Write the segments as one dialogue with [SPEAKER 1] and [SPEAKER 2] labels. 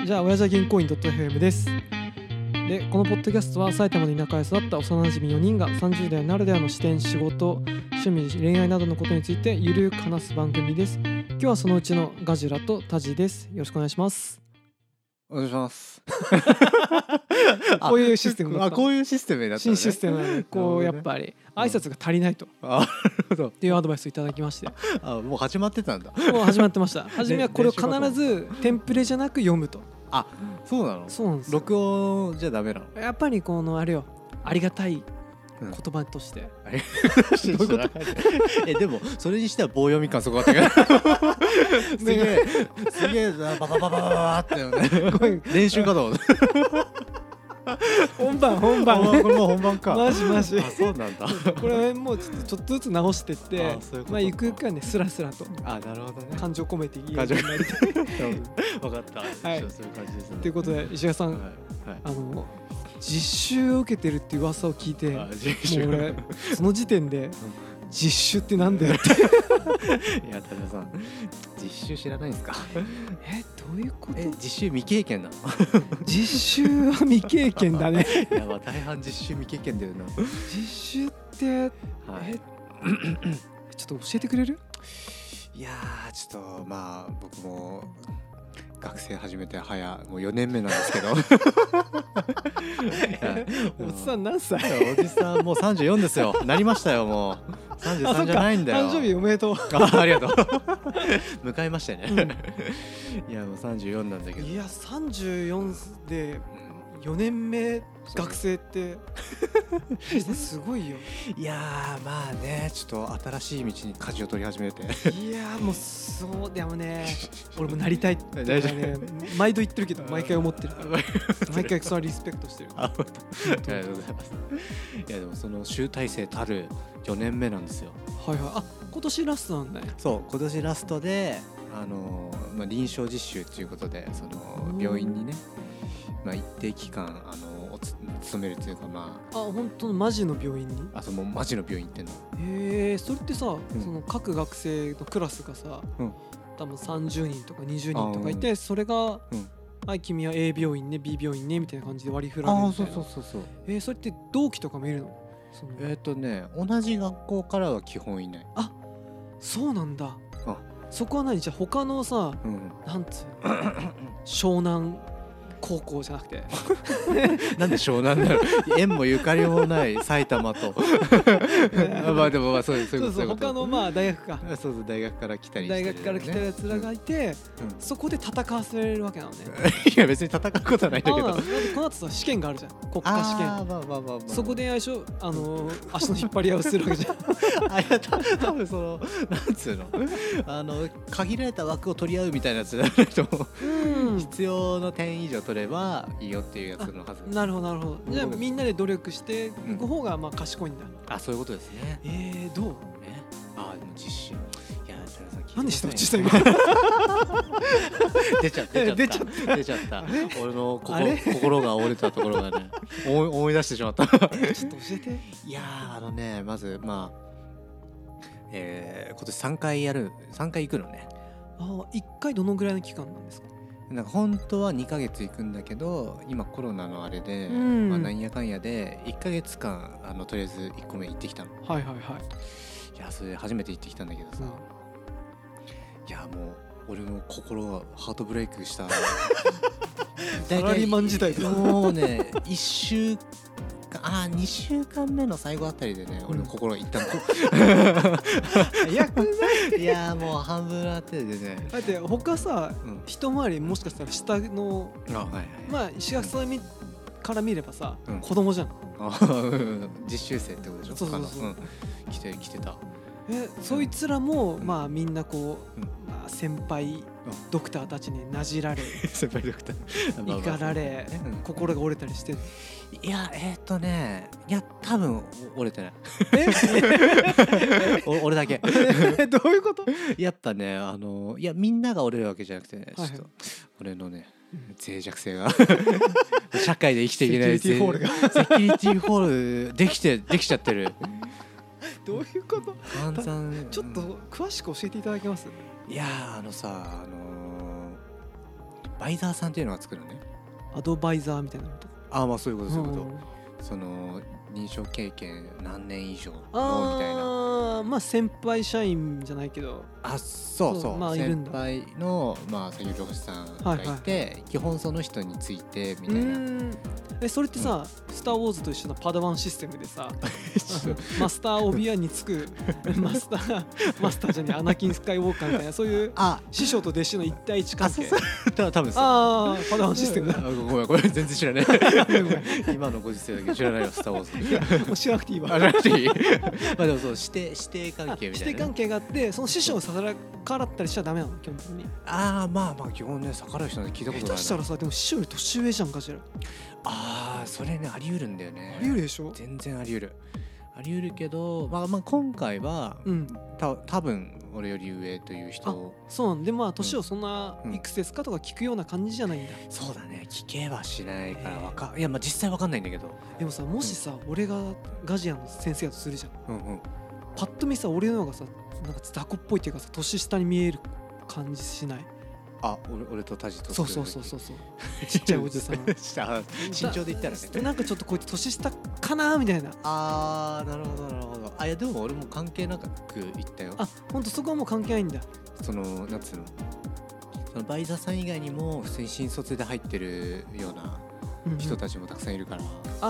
[SPEAKER 1] じゃあ親父は銀行員 .fm です。でこのポッドキャストは埼玉の田舎へ育った幼馴染4人が30代ならではの視点、仕事、趣味、恋愛などのことについてゆるく話す番組です。今日はそのうちのガジラとタジです。よろしくお願いします。
[SPEAKER 2] お願いします
[SPEAKER 1] こういうシステムだった。
[SPEAKER 2] こういうシステムになった、ね、
[SPEAKER 1] 新システムなのでこうやっぱり挨拶が足りないとっていうアドバイスをいただきまして、
[SPEAKER 2] もう始まってたんだ。
[SPEAKER 1] もう始まってました。初めはこれを必ずテンプレじゃなく読むと。
[SPEAKER 2] あ、そうなの？
[SPEAKER 1] そうなんですよ。
[SPEAKER 2] 録音じゃダメなの？や
[SPEAKER 1] っぱりこのあれよ、ありがたい言葉として、
[SPEAKER 2] どういうことでもそれにしては棒読み感すごかったけどすげえババババババってね練習かと思った
[SPEAKER 1] 本番これ
[SPEAKER 2] もう本番か。
[SPEAKER 1] マジあ、
[SPEAKER 2] そうなんだ。こ
[SPEAKER 1] れもうちょっとずつ直してってまあゆくゆくはねスラスラと
[SPEAKER 2] なるほどね、
[SPEAKER 1] 感情込めて言えるようになりたい。
[SPEAKER 2] 分かった、はい、そういう感じですね。
[SPEAKER 1] ということで石川さん、はい、実習を受けてるっていう噂を聞いて、もう俺その時点で実習ってなんだよってい
[SPEAKER 2] や、田中さん実習知らないんですか？
[SPEAKER 1] どういうこと？
[SPEAKER 2] 実習未経験なの？
[SPEAKER 1] 実習は未経験だね。
[SPEAKER 2] いや、まあ大半実習未経験だよな。
[SPEAKER 1] 実習って、ちょっと教えてくれる？
[SPEAKER 2] いやー、ちょっとまあ僕も学生始めてもう4年目なんですけど
[SPEAKER 1] おじさん何歳？
[SPEAKER 2] おじさんもう34ですよ。なりましたよ、もう33じゃないんだよ。
[SPEAKER 1] 誕生日おめでとう。
[SPEAKER 2] ありがとう迎えましたね、いやもう34なんだけど。
[SPEAKER 1] いや34で4年目学生ってすごいよ。
[SPEAKER 2] いやー、まあね、ちょっと新しい道に舵を取り始めて
[SPEAKER 1] いやーもうそうでもね、俺もなりたいってね毎度言ってるけど毎回思ってる毎回そのリスペクトしてる。
[SPEAKER 2] ありがとうございます。いやでもその集大成たる4年目なんですよ。
[SPEAKER 1] はいはい。あ、今年ラストなんだね。
[SPEAKER 2] そう、今年ラストで臨床実習ということで、その病院にね、一定期間勤めるというか、
[SPEAKER 1] 本当のマジの病院に？
[SPEAKER 2] そのマジの病院っての。
[SPEAKER 1] それってさ、その各学生のクラスがさ、多分30人とか20人とかいて、それが、君は A 病院ね B 病院ねみたいな感じで割り振られるみたいな。
[SPEAKER 2] そう
[SPEAKER 1] それって同期とかもいるの？
[SPEAKER 2] 同じ学校からは基本いない。
[SPEAKER 1] あ、そうなんだ。そこは何？じゃあ他のさ、なんつう湘南高校じゃなくて
[SPEAKER 2] なんで湘南なの？縁もゆかりもない埼玉とでもそういうこと。
[SPEAKER 1] 他の大学か。
[SPEAKER 2] そう大学から来たりして、
[SPEAKER 1] 大学から来たやつらがいて、そこで戦わせられるわけなのね。
[SPEAKER 2] いや別に戦うことはないんだけど。
[SPEAKER 1] この後さ試験があるじゃん、国家試験。そこで足の引っ張り合いをするわけじゃん
[SPEAKER 2] 多分そのなんつうの限られた枠を取り合うみたいなやつじゃないと必要の点以上取ればいいよっていうやつのはず。
[SPEAKER 1] なるほど。じゃあみんなで努力していく方が賢いんだ。
[SPEAKER 2] そういうことですね。
[SPEAKER 1] どう？
[SPEAKER 2] でも実習。いや、
[SPEAKER 1] 何して落ちた
[SPEAKER 2] 出ちゃった俺の心が折れたところがね思い出してしまったちょっと教
[SPEAKER 1] えて。
[SPEAKER 2] いやまず今年3回行くのね。
[SPEAKER 1] 1回どのぐらいの期間なんですか？
[SPEAKER 2] なんか本当は2ヶ月行くんだけど、今コロナのあれで、なんやかんやで1ヶ月間とりあえず1個目行ってきたの。いや、それで初めて行ってきたんだけどさ、いやもう俺の心がハートブレイクした
[SPEAKER 1] サラリーマン時代
[SPEAKER 2] もうね2週間目の最後あたりでね、俺の心がいったのいやもう半分あってでね。
[SPEAKER 1] だって他さ、一回りもしかしたら下の石垣さんから見ればさ、子供じゃん。
[SPEAKER 2] 実習生ってことでしょ。そう来てた。
[SPEAKER 1] そいつらもみんなこう、先輩ドクターたちになじられ
[SPEAKER 2] 先輩ドクター
[SPEAKER 1] 怒られ、心が折れたりしてる。
[SPEAKER 2] いや多分折れてない俺だけ
[SPEAKER 1] どういうこと？
[SPEAKER 2] やっぱねいやみんなが折れるわけじゃなくてね、ちょっと俺のね脆弱性が社会で生きていけないセキュリティホールできちゃってる。
[SPEAKER 1] どういうこと？ちょっと詳しく教えていただけます？
[SPEAKER 2] いやさバイザーさんっていうのが作るのね。
[SPEAKER 1] アドバイザーみたいなこと。
[SPEAKER 2] まあそういうことそういうこと、その認証経験何年以上のみたいな、
[SPEAKER 1] まあ先輩社員じゃないけど、
[SPEAKER 2] そう、まあ、先輩の作業療師さんがいて、基本その人についてみたいな。
[SPEAKER 1] それってさ、スター・ウォーズと一緒のパダワンシステムでさマスター・オビアンにつくマスターじゃねえ、アナキン・スカイウォーカーみたいな、そういう師匠と弟子の一対一関係。
[SPEAKER 2] 多分
[SPEAKER 1] パダワンシステムだ。
[SPEAKER 2] ごめん全然知らない今のご時世だけど知らないよ、スター・ウォーズ。
[SPEAKER 1] もう知らなくていいわ。
[SPEAKER 2] 知らなくていいまあでもそう師弟関係みたいな、
[SPEAKER 1] 師弟関係があって、その師匠を逆らったりしちゃダメなの、基本的に。
[SPEAKER 2] まあ基本ね、逆らう人なんて聞いたことないな。
[SPEAKER 1] 下手したらさ、でも師匠より年上じゃんかしら。
[SPEAKER 2] それね、あり得るんだよね。
[SPEAKER 1] あり得るでしょ。
[SPEAKER 2] 全然あり得るけど、今回は、多分俺より上という人。
[SPEAKER 1] そうなんで、年をそんないくつですかとか聞くような感じじゃないんだ。
[SPEAKER 2] そうだね、聞けはしないからいや実際わかんないんだけど。
[SPEAKER 1] でもさ、もしさ、俺がガジアの先生だとするじゃん。パッと見さ、俺の方がさ、なんか雑魚っぽいっていうかさ、年下に見える感じしない？
[SPEAKER 2] 俺とタジと。
[SPEAKER 1] そうちっちゃいおじさん
[SPEAKER 2] 身長で言ったらね、
[SPEAKER 1] なんかちょっとこいつ年下かなみたいな。
[SPEAKER 2] なるほど。いやでも俺も関係なく言ったよ。
[SPEAKER 1] ほんとそこはもう関係ないんだ。
[SPEAKER 2] なんつうの、そのバイザーさん以外にも普通に新卒で入ってるような人たちもたくさんいるから、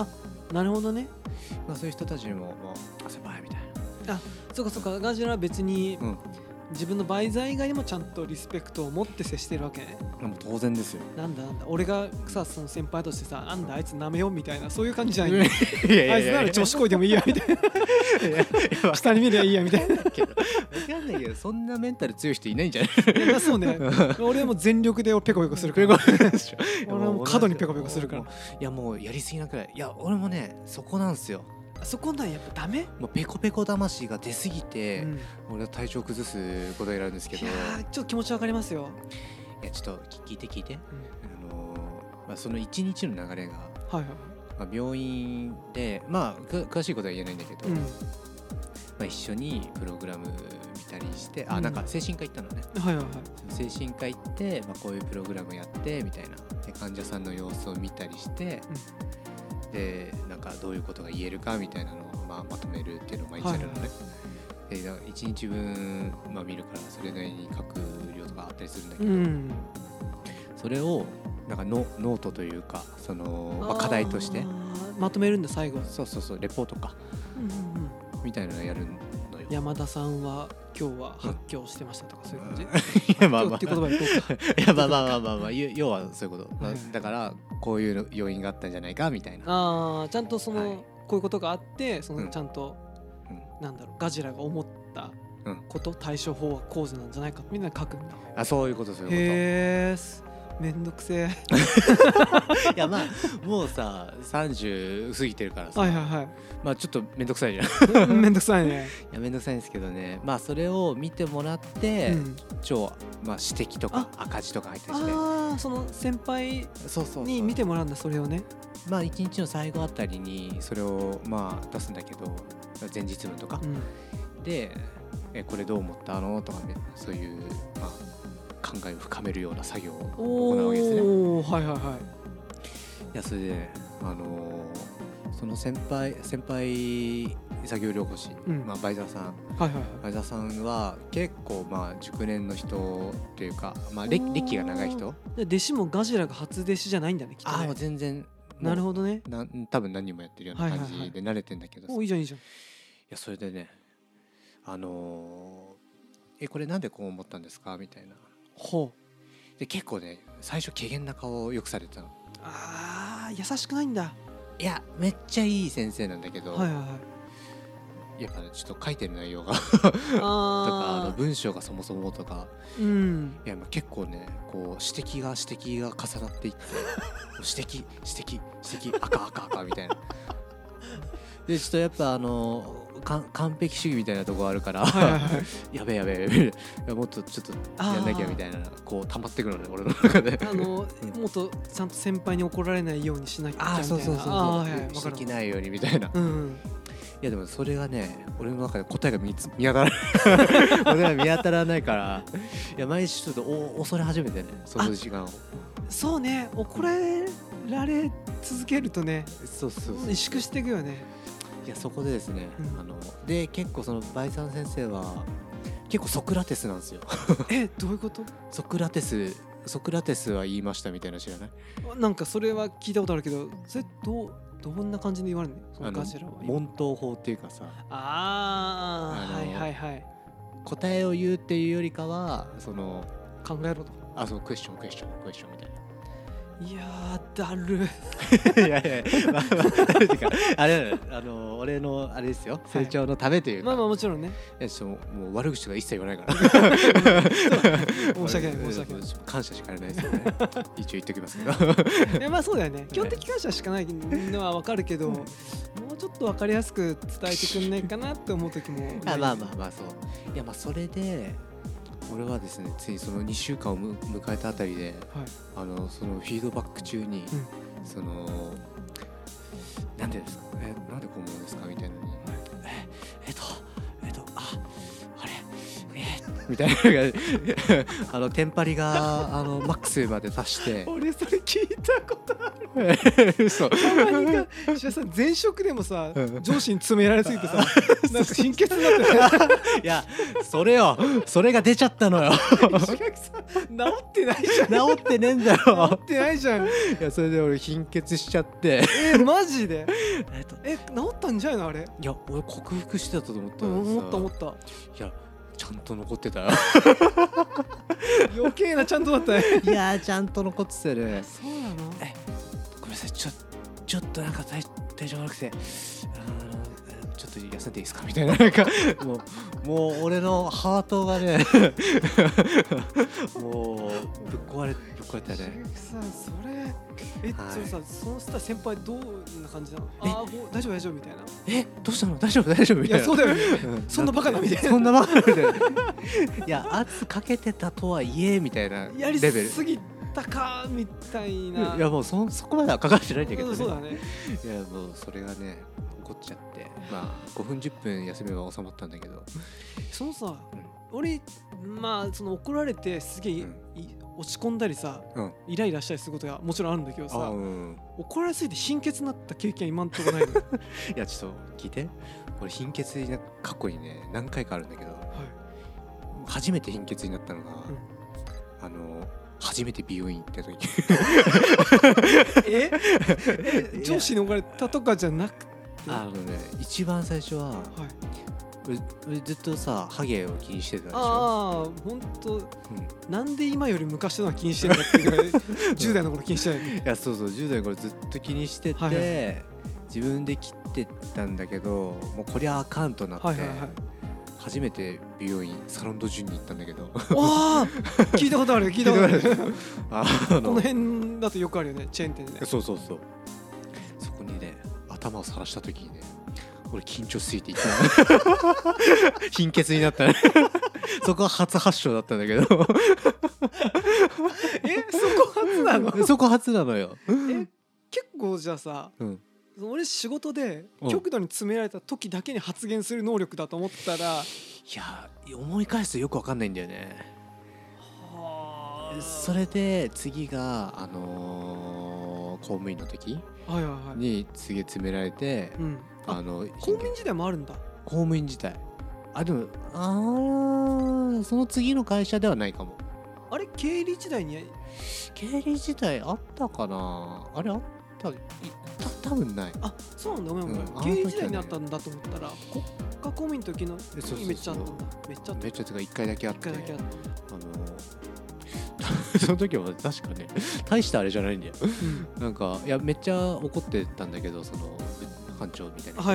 [SPEAKER 1] なるほどね。
[SPEAKER 2] そういう人たちにも先輩みたいな。
[SPEAKER 1] そうか、ガジラは別に、自分のバイザー以外にもちゃんとリスペクトを持って接してるわけね。
[SPEAKER 2] もう当然ですよ。
[SPEAKER 1] なんだ俺がさ、その先輩としてさ、なんだあいつ舐めようみたいな、そういう感じじゃないんだ。あいつなら調子こいてもいいやみたいな下に見りゃいいやみたいな。分か
[SPEAKER 2] んないけど、そんなメンタル強い人いないんじゃない？
[SPEAKER 1] そうね。俺はもう全力でペコペコするから。俺はもう過度にペコペコするから。
[SPEAKER 2] いやもうやりすぎなくらい。いや俺もね、そこなんですよ。
[SPEAKER 1] そこなんやっぱダメ？
[SPEAKER 2] もうペコペコ魂が出すぎて、俺は体調崩すことになるんですけど。
[SPEAKER 1] いやちょっと気持ちわかりますよ。
[SPEAKER 2] いやちょっと聞いて、その一日の流れが、病院で詳しいことは言えないんだけど、一緒にプログラム見たりして、なんか精神科行ったのね。精神科行って、こういうプログラムやってみたいな、で患者さんの様子を見たりして、でなんかどういうことが言えるかみたいなのをまとめるっていうのを毎日やるのね。で1日分見るからそれなりに書く量とかあったりするんだけど、それをなんかノートというか、その課題として
[SPEAKER 1] まとめるんだ最後。
[SPEAKER 2] そうレポートか、みたいなのをやるのよ。
[SPEAKER 1] 山田さんは今日は発狂してましたとか、そういう感じ？
[SPEAKER 2] いや
[SPEAKER 1] っていう言葉でいこうか。
[SPEAKER 2] いや要はそういうこと、だからこういう要因があったんじゃないかみたい
[SPEAKER 1] な。ちゃんとその、こういうことがあって、そのちゃんと、なんだろう、ガジラが思ったこと、対処法はこうじなんじゃないかみんな書くんだ。
[SPEAKER 2] そういうこと。
[SPEAKER 1] へー、めんどくせえ。
[SPEAKER 2] いやもうさ30過ぎてるからさ、ちょっとめんどくさいじゃん。
[SPEAKER 1] めんどくさいね。
[SPEAKER 2] いやめんどくさいんですけどね、それを見てもらって、指摘とか赤字とか入ったりして、
[SPEAKER 1] その先輩に見てもらうんだ、それをね。
[SPEAKER 2] 一日の最後あたりにそれを出すんだけど、前日分とか、でこれどう思ったのとかね、そういう考えを深めるような作業を行うわけですね。いやそれでその先輩作業療法士、バイザーさん、バイザーさんは結構熟年の人というか、歴が長い人。
[SPEAKER 1] 弟子もガジラが初弟子じゃないんだね、きっとね。
[SPEAKER 2] 全然。
[SPEAKER 1] なるほどね。
[SPEAKER 2] 多分何人もやってるような感じで慣れてんだけど。
[SPEAKER 1] いいじゃん。い
[SPEAKER 2] やそれでね、これなんでこう思ったんですかみたいな。で結構ね、最初怪げな顔をよくされてたの。
[SPEAKER 1] 優しくないんだ。
[SPEAKER 2] いやめっちゃいい先生なんだけど、やっぱねちょっと書いてる内容がとか文章がそもそもとか、いや結構ねこう指摘が重なっていって指摘赤みたいな。でちょっとやっぱ完璧主義みたいなところあるから、やべえもっとちょっとやんなきゃみたいな、こう溜まってくるのね俺の中で。
[SPEAKER 1] もっとちゃんと先輩に怒られないようにしなきゃみたいな。
[SPEAKER 2] 指摘ないようにみたいな。いやでもそれがね、俺の中で答えが見当たらない俺が見当たらないから、いや毎日ちょっと恐れ始めてね、その時間を。
[SPEAKER 1] そうね、怒られ続けるとね、
[SPEAKER 2] そう
[SPEAKER 1] 萎縮していくよね。
[SPEAKER 2] いやそこでですね、で結構そのバイさん先生は結構ソクラテスなんですよ。
[SPEAKER 1] どういうこと？
[SPEAKER 2] ソクラテスは言いましたみたいな知らない？
[SPEAKER 1] なんかそれは聞いたことあるけど、それどんな感じで言われるの？その頭は
[SPEAKER 2] 問答法っていうかさ、
[SPEAKER 1] はいはいはい、
[SPEAKER 2] 答えを言うっていうよりかはその
[SPEAKER 1] 考えろと、
[SPEAKER 2] そうクエスチョンみたいな。
[SPEAKER 1] いやーだる
[SPEAKER 2] いやあれ俺のあれですよ、成長のためというか、
[SPEAKER 1] まあもちろんね、
[SPEAKER 2] もう悪口とか一切言わないから
[SPEAKER 1] 申し訳ない
[SPEAKER 2] 感謝しかないですよね。一応言っときますけど
[SPEAKER 1] まあそうだよね、基本的感謝しかないのは分かるけど、もうちょっと分かりやすく伝えてくんないかなって思う時も
[SPEAKER 2] まあそういやそれで俺はですね、ついその2週間を迎えたあたりで、そのフィードバック中に、そのなんでですか、なんでこう思うんですかみたいなのに、あれみたいなテンパリがマックスまで達して
[SPEAKER 1] 俺それ聞いたことある。
[SPEAKER 2] 嘘。
[SPEAKER 1] たまにか石田さん前職でもさ、上司に詰められすぎてさ、なんか貧血になって
[SPEAKER 2] いやそれが出ちゃったのよ。
[SPEAKER 1] 石垣さん治ってないじゃん。
[SPEAKER 2] 治ってねえんだよ。
[SPEAKER 1] 治ってないじゃん。い
[SPEAKER 2] やそれで俺貧血しちゃって
[SPEAKER 1] マジで治ったんじゃないのあれ。
[SPEAKER 2] いや俺克服してたと思った
[SPEAKER 1] のさ、思った。
[SPEAKER 2] いやちゃんと残ってたよ。
[SPEAKER 1] 余計なちゃんとだったね。
[SPEAKER 2] いやちゃんと残ってたね。
[SPEAKER 1] そうなの？
[SPEAKER 2] ごめんなさい、ちょっとなんか体調悪くてちょっと休んでいいですかみたいな、なんかもう俺のハートがねもうぶっ壊れたね。
[SPEAKER 1] さそれそれさ、その先輩どんな感じなの？大丈夫みたいな。
[SPEAKER 2] どうしたの？大丈夫みたいな。
[SPEAKER 1] いやそうだよね。そんなバカなみたいな。
[SPEAKER 2] そんなバカなみたいな。いや圧かけてたとはいえみたいなレベル。
[SPEAKER 1] やりすぎたかみたいな。
[SPEAKER 2] いやもうそこまではかかってないんだけどね。
[SPEAKER 1] そうだね。
[SPEAKER 2] いやもうそれがね起こっちゃって、まあ5分10分休めば収まったんだけど、
[SPEAKER 1] そのさ、俺まあその怒られてすげえ落ち込んだりさ、イライラしたりすることがもちろんあるんだけどさ、怒られすぎて貧血になった経験今んとこないの。い
[SPEAKER 2] やちょっと聞いて、俺貧血に過去にね何回かあるんだけど、初めて貧血になったのが、初めて美容院行った時。
[SPEAKER 1] 上司に怒られたとかじゃなくて、
[SPEAKER 2] 一番最初は、俺ずっとさハゲを気にしてたでしょ。
[SPEAKER 1] 本当、なんで今より昔のは気にしてるんだっていうぐらい10代の頃気にしてない。
[SPEAKER 2] いやそう10代の頃ずっと気にしてて、自分で切ってたんだけど、もうこりゃあかんとなって、初めて美容院サロンドジュンに行ったんだけど。聞いたことある。この辺だとよくあるよね、チェーン店でね。 そうそこにね頭をさらした時にね、俺緊張しすぎていった貧血になったね。そこは初発症だったんだけど。そこ
[SPEAKER 1] 初なの？
[SPEAKER 2] そこ初なのよ。
[SPEAKER 1] 結構じゃあさ、俺仕事で極度に詰められた時だけに発言する能力だと思ったら、
[SPEAKER 2] いや思い返すとよく分かんないんだよね。それで次が公務員の時に次詰められて、
[SPEAKER 1] 公務員時代もあるんだ。
[SPEAKER 2] 公務員時代でもその次の会社ではないかも。
[SPEAKER 1] あれ経理時代に
[SPEAKER 2] あったかな。あれあった多分ない。
[SPEAKER 1] そうなんだ。ごめん経理時代にあったんだと思ったら、国家公務員の時のめっちゃあったんだ。めっちゃってか
[SPEAKER 2] 1回だけあって、その時は確かね大したあれじゃないんだよ。なんかいやめっちゃ怒ってたんだけど、その班長みたいな。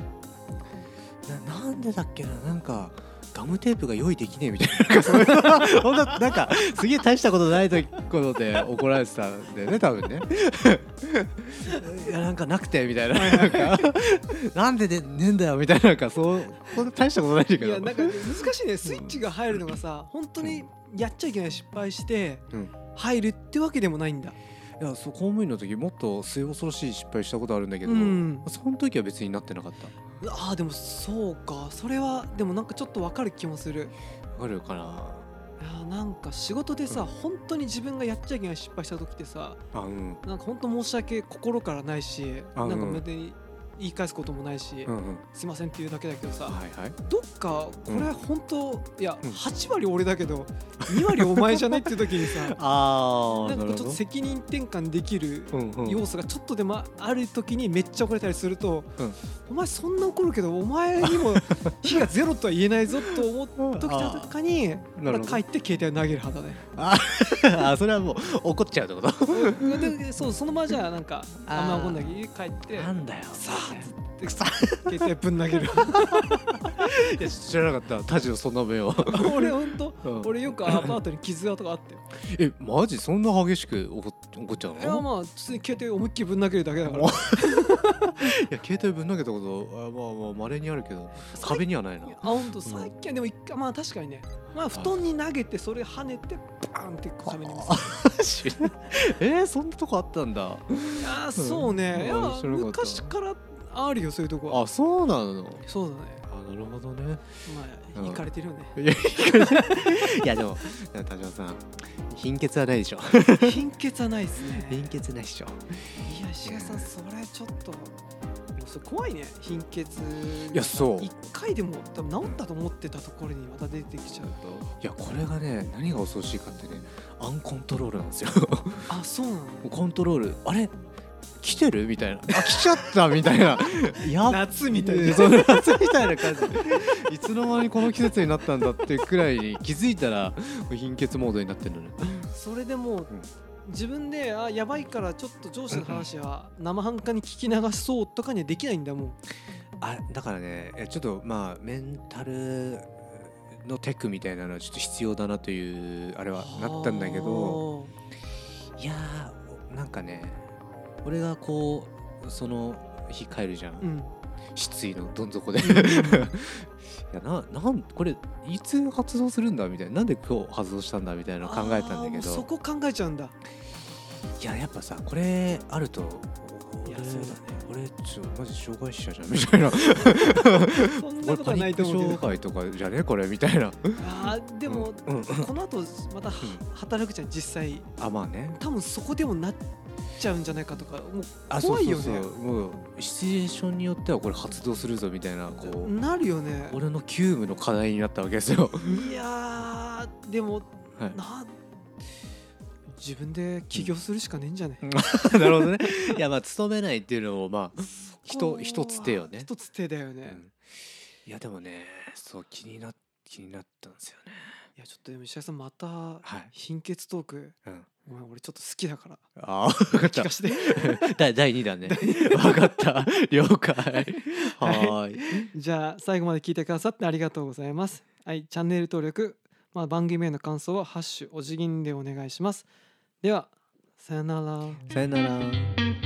[SPEAKER 2] なんでだっけな、なんかガムテープが用意できねえみたいな、ほんとなんかすげえ大したことないことで怒られてたんだよね多分ね。いやなんかなくてみたいな、なんでねえんだよみたいな、なんかほんと大したことないんだけど。
[SPEAKER 1] いやなんか難しいね、スイッチが入るのがさ、本当にやっちゃいけない失敗して入るってわけでもないんだ。
[SPEAKER 2] いや公務員の時もっと末恐ろしい失敗したことあるんだけど、その時は別になってなかった。
[SPEAKER 1] でもそうか、それはでもなんかちょっとわかる気もする。
[SPEAKER 2] わかるかな。
[SPEAKER 1] なんか仕事でさ、本当に自分がやっちゃいけない失敗した時ってさ、なんか本当申し訳心からないし、なんか別に言い返すこともないし、すいませんっていうだけだけどさ、どっかこれ本当いや8割俺だけど2割お前じゃないっていう時にさ、なんかちょっと責任転換できる要素がちょっとでもある時にめっちゃ怒れたりすると、お前そんな怒るけどお前にも火がゼロとは言えないぞと思った時とかに帰って携帯を投げる派だね。
[SPEAKER 2] それはもう怒っちゃうってこと
[SPEAKER 1] そう、その場じゃなんかあんま怒んないけど帰って
[SPEAKER 2] なんだよ
[SPEAKER 1] さあ携帯ぶん投げる。
[SPEAKER 2] いや知らなかったタジのそんな目を。
[SPEAKER 1] 俺ほんと、俺よくアパートに傷跡があって。
[SPEAKER 2] マジそんな激しく怒っちゃうの？い
[SPEAKER 1] やまあ普通に携帯思いっきりぶん投げるだけだから。い
[SPEAKER 2] や携帯ぶん投げたことまあ稀にあるけど壁にはないな。
[SPEAKER 1] ほんと最近はでも一回まあ確かにね、まあ布団に投げてそれ跳ねてバーンって壁に見せ
[SPEAKER 2] る。そんなとこあったんだ。
[SPEAKER 1] いやそうね、いや昔からあるよそういうとこ。
[SPEAKER 2] あ、そうなの？
[SPEAKER 1] そうだね。
[SPEAKER 2] なるほどね。
[SPEAKER 1] まあ行かれてるよね。
[SPEAKER 2] いやでも田島さん貧血はないでしょ。
[SPEAKER 1] 貧血はないですね。
[SPEAKER 2] 貧血ないでしょ。
[SPEAKER 1] いや石川さんそれちょっと怖いね、貧血。
[SPEAKER 2] いやそう
[SPEAKER 1] 1回でも多分治ったと思ってたところにまた出てきちゃうと。
[SPEAKER 2] いやこれがね何が恐ろしいかってね、アンコントロールなんですよ。
[SPEAKER 1] あ、そうなの？
[SPEAKER 2] コントロール、あれ来てるみたいな、来ちゃったみたいな。
[SPEAKER 1] 夏みたいな。
[SPEAKER 2] 夏みたいな感じ。いつの間にこの季節になったんだってくらいに気づいたら貧血モードになってるのね。
[SPEAKER 1] それでもう自分でやばいからちょっと上司の話は生半可に聞き流そうとかにはできないんだもん。
[SPEAKER 2] だからねちょっとまあメンタルのテクみたいなのはちょっと必要だなというあれはなったんだけど、いやなんかね俺がこうその日帰るじゃん、失意のどん底で。いやこれいつ発動するんだみたいな、なんで今日発動したんだみたいなの考えたんだけど、
[SPEAKER 1] そこ考えちゃうんだ。
[SPEAKER 2] いややっぱさこれあると、
[SPEAKER 1] いやそうだね、
[SPEAKER 2] 俺マジ障害者じゃんみたいな。
[SPEAKER 1] そんなことはないと思うけど、
[SPEAKER 2] 障害とかじゃねこれみたいな。
[SPEAKER 1] でも、この後また働くじゃん実際。
[SPEAKER 2] まあね、
[SPEAKER 1] 多分そこでもなっちゃうんじゃないかとか、もう怖いよね。
[SPEAKER 2] そうもうシチュエーションによってはこれ発動するぞみたいな、こう
[SPEAKER 1] なるよね。
[SPEAKER 2] 俺の急務の課題になったわけですよ。
[SPEAKER 1] いやでも、自分で起業するしかねえんじゃね。
[SPEAKER 2] なるほどね。いやまあ勤めないっていうのもまあ一つ手よね。
[SPEAKER 1] 一つ手だよね。
[SPEAKER 2] いやでもね、そう気になったんですよね。
[SPEAKER 1] いやちょっとでも石田さんまた貧血トーク、俺ちょっと好きだから
[SPEAKER 2] 聞
[SPEAKER 1] かして。
[SPEAKER 2] 第2弾ね。分かった、了解。はい、
[SPEAKER 1] じゃあ最後まで聞いてくださってありがとうございます。はい、チャンネル登録、番組への感想はハッシュおじぎんでお願いします。ではさよなら。
[SPEAKER 2] さよなら。